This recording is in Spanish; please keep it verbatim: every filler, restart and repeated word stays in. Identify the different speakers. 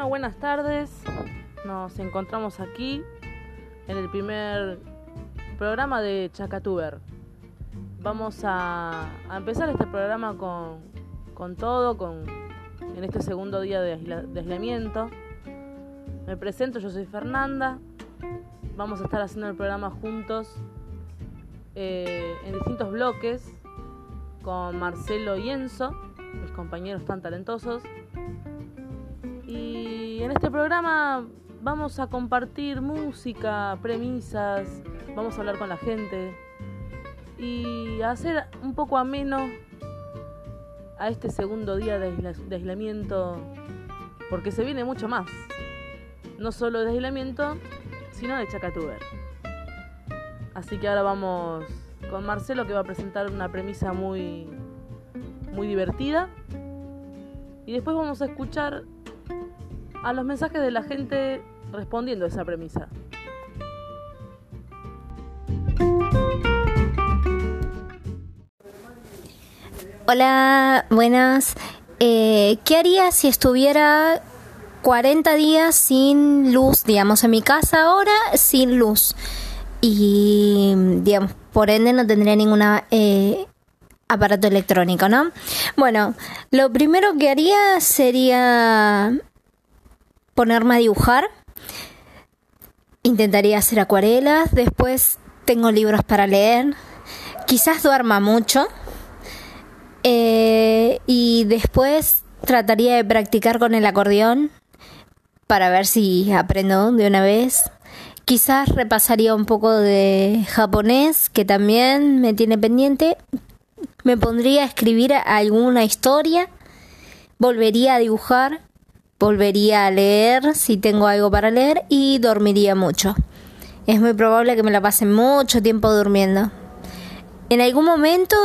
Speaker 1: Bueno, buenas tardes. Nos encontramos aquí en el primer programa de Chacatuber. Vamos a, a empezar este programa con, con todo, con, en este segundo día de, aisla, de aislamiento. Me presento, yo soy Fernanda. Vamos a estar haciendo el programa juntos eh, en distintos bloques con Marcelo y Enzo, mis compañeros tan talentosos. Y en este programa vamos a compartir música, premisas, vamos a hablar con la gente y a hacer un poco ameno a este segundo día de, aisla, de aislamiento, porque se viene mucho más, no solo de aislamiento, sino de Chacatuber. Así que ahora vamos con Marcelo, que va a presentar una premisa muy, muy divertida, y después vamos a escuchar a los mensajes de la gente respondiendo a esa premisa.
Speaker 2: Hola, buenas. Eh, ¿Qué haría si estuviera cuarenta días sin luz, digamos, en mi casa ahora, sin luz? Y, digamos, por ende no tendría ninguna eh, aparato electrónico, ¿no? Bueno, lo primero que haría sería ponerme a dibujar. Intentaría hacer acuarelas. Después tengo libros para leer. Quizás duerma mucho. Eh, y después trataría de practicar con el acordeón para ver si aprendo de una vez. Quizás repasaría un poco de japonés, que también me tiene pendiente. Me pondría a escribir alguna historia. Volvería a dibujar. Volvería a leer si tengo algo para leer y dormiría mucho. Es muy probable que me la pase mucho tiempo durmiendo. En algún momento